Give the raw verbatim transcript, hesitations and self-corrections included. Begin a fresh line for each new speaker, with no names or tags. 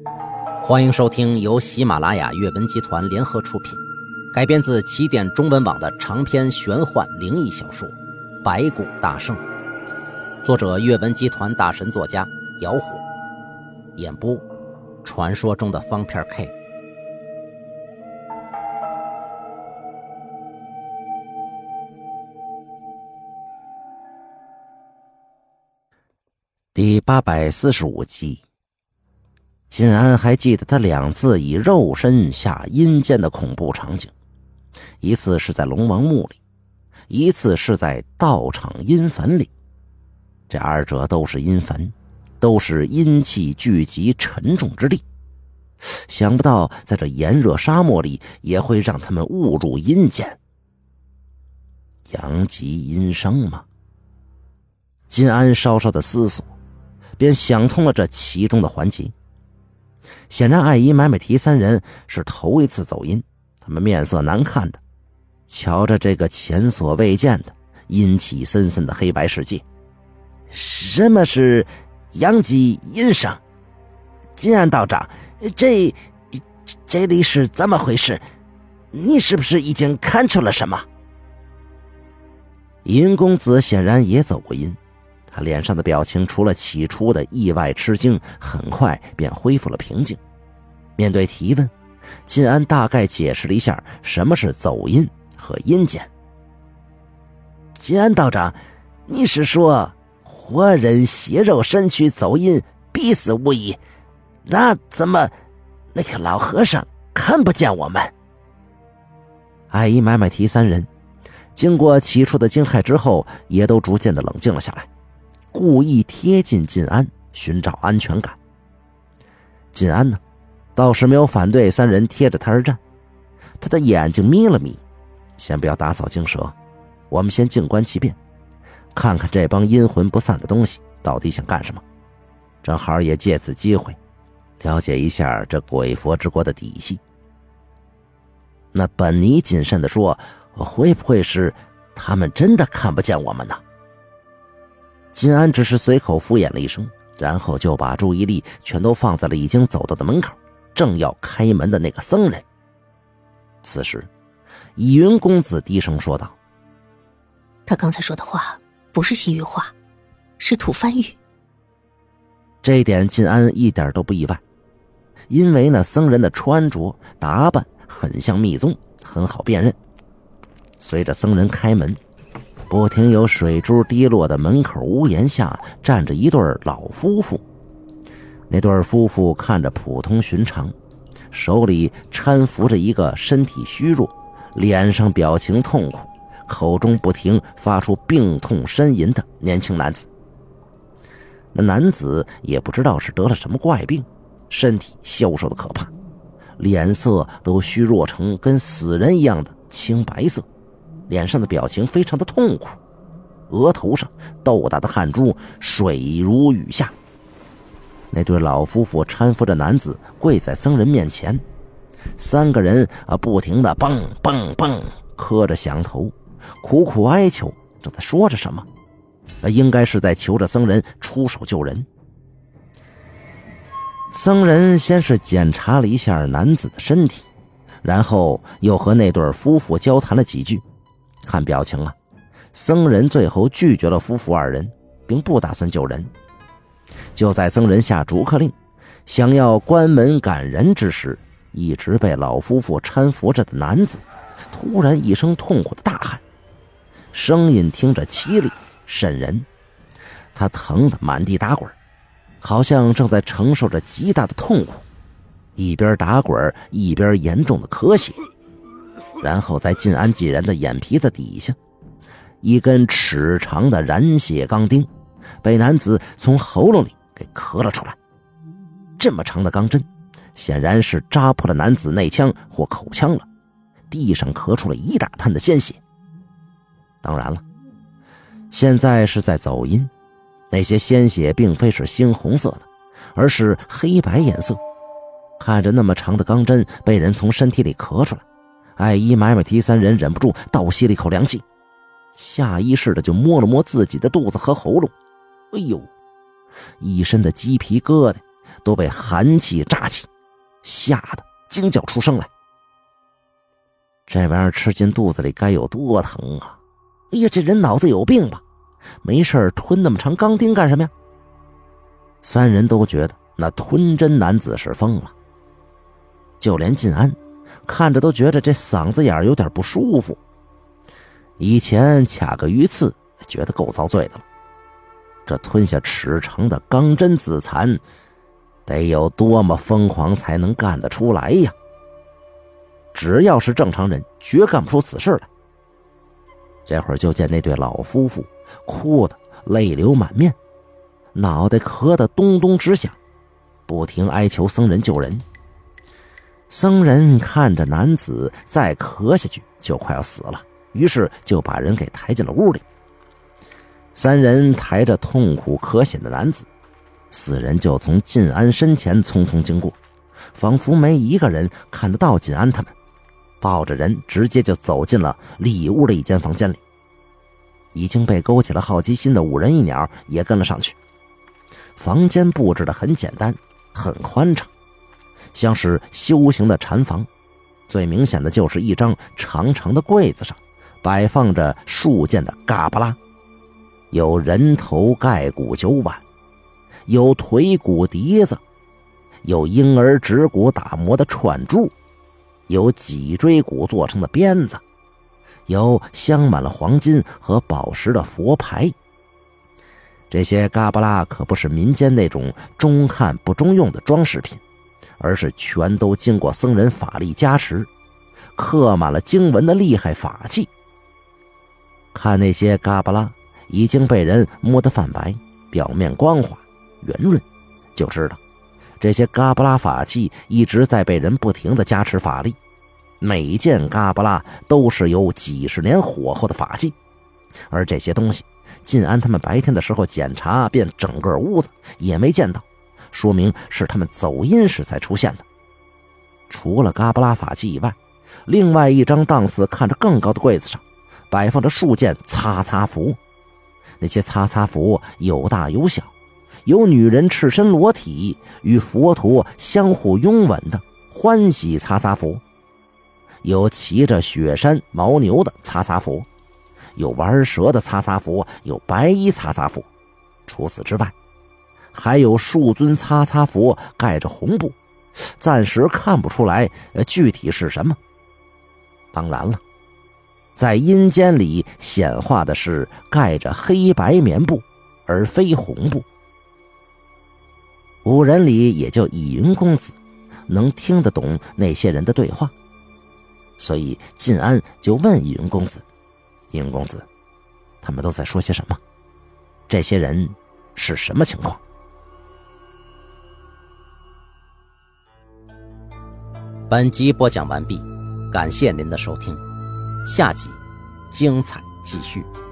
欢迎收听由喜马拉雅阅文集团联合出品，改编自起点中文网的长篇玄幻灵异小说《白骨大圣》，作者阅文集团大神作家姚虎，演播传说中的方片 K。
第八百四十五集。金安还记得他两次以肉身下阴间的恐怖场景，一次是在龙王墓里，一次是在道场阴坟里。这二者都是阴坟，都是阴气聚集沉重之地。想不到在这炎热沙漠里也会让他们误入阴间。阳极阴生吗？金安稍稍的思索，便想通了这其中的环节。显然艾姨买买提三人是头一次走阴，他们面色难看的瞧着这个前所未见的阴气森森的黑白世界。什么是阳极阴生？金安道长，这这里是怎么回事？你是不是已经看出了什么？银公子显然也走过阴，他脸上的表情除了起初的意外吃惊，很快便恢复了平静。面对提问，金安大概解释了一下什么是走阴和阴间。金安道长，你是说活人血肉身躯走阴必死无疑，那怎么那个老和尚看不见我们？艾姨买买提三人经过起初的惊骇之后，也都逐渐的冷静了下来，故意贴近晋安寻找安全感。晋安呢倒是没有反对三人贴着他而站，他的眼睛眯了眯，先不要打草惊蛇，我们先静观其变，看看这帮阴魂不散的东西到底想干什么，正好也借此机会了解一下这鬼佛之国的底细。那本尼谨慎地说，会不会是他们真的看不见我们呢？金安只是随口敷衍了一声，然后就把注意力全都放在了已经走到的门口，正要开门的那个僧人。此时倚云公子低声说道，
他刚才说的话不是西域话，是吐蕃语。
这一点金安一点都不意外，因为那僧人的穿着打扮很像密宗，很好辨认。随着僧人开门，不停有水珠滴落的门口屋檐下站着一对老夫妇。那对夫妇看着普通寻常，手里搀扶着一个身体虚弱，脸上表情痛苦，口中不停发出病痛呻吟的年轻男子。那男子也不知道是得了什么怪病，身体消瘦的可怕，脸色都虚弱成跟死人一样的青白色，脸上的表情非常的痛苦，额头上豆大的汗珠水如雨下。那对老夫妇搀扶着男子跪在僧人面前，三个人啊不停的蹦蹦蹦磕着响头，苦苦哀求，正在说着什么，那应该是在求着僧人出手救人。僧人先是检查了一下男子的身体，然后又和那对夫妇交谈了几句。看表情啊，僧人最后拒绝了夫妇二人，并不打算救人。就在僧人下逐客令，想要关门赶人之时，一直被老夫妇搀扶着的男子突然一声痛苦的大喊，声音听着凄厉瘆人，他疼得满地打滚，好像正在承受着极大的痛苦，一边打滚一边严重的咳血。然后在晋安几人的眼皮子底下，一根尺长的染血钢钉被男子从喉咙里给咳了出来。这么长的钢针显然是扎破了男子内腔或口腔了，地上咳出了一大滩的鲜血。当然了，现在是在走阴，那些鲜血并非是猩红色的，而是黑白颜色。看着那么长的钢针被人从身体里咳出来，艾依买买提三人忍不住倒吸了一口凉气，下意识的就摸了摸自己的肚子和喉咙。哎呦，一身的鸡皮疙瘩都被寒气炸起，吓得惊叫出声来。这玩意儿吃进肚子里该有多疼啊！哎呀，这人脑子有病吧？没事吞那么长钢钉干什么呀？三人都觉得那吞针男子是疯了，就连晋安看着都觉得这嗓子眼有点不舒服。以前卡个鱼刺觉得够遭罪的了，这吞下尺长的钢针自残，得有多么疯狂才能干得出来呀？只要是正常人绝干不出此事来。这会儿就见那对老夫妇哭得泪流满面，脑袋磕得咚咚直响，不停哀求僧人救人。僧人看着男子再咳下去就快要死了，于是就把人给抬进了屋里。三人抬着痛苦可险的男子，四人就从晋安身前匆匆经过，仿佛没一个人看得到晋安他们，抱着人直接就走进了里屋的一间房间里。已经被勾起了好奇心的五人一鸟也跟了上去。房间布置得很简单，很宽敞，像是修行的禅房。最明显的就是一张长长的柜子上摆放着数件的嘎巴拉，有人头盖骨酒碗，有腿骨笛子，有婴儿指骨打磨的串珠，有脊椎骨做成的鞭子，有镶满了黄金和宝石的佛牌。这些嘎巴拉可不是民间那种中看不中用的装饰品，而是全都经过僧人法力加持，刻满了经文的厉害法器。看那些嘎巴拉已经被人摸得泛白，表面光滑圆润，就知道这些嘎巴拉法器一直在被人不停地加持法力。每件嘎巴拉都是有几十年火候的法器，而这些东西晋安他们白天的时候检查遍整个屋子也没见到，说明是他们走阴时才出现的。除了嘎巴拉法器以外，另外一张档次看着更高的柜子上摆放着数件擦擦符。那些擦擦符有大有小，有女人赤身裸体与佛陀相互拥吻的欢喜擦擦符，有骑着雪山牦牛的擦擦符，有玩蛇的擦擦符，有白衣擦擦符。除此之外，还有数尊擦擦符盖着红布，暂时看不出来具体是什么。当然了，在阴间里显化的是盖着黑白棉布，而非红布。五人里也就倚云公子能听得懂那些人的对话，所以晋安就问倚云公子：“倚云公子，他们都在说些什么？这些人是什么情况？”
本集播讲完毕，感谢您的收听，下集精彩继续。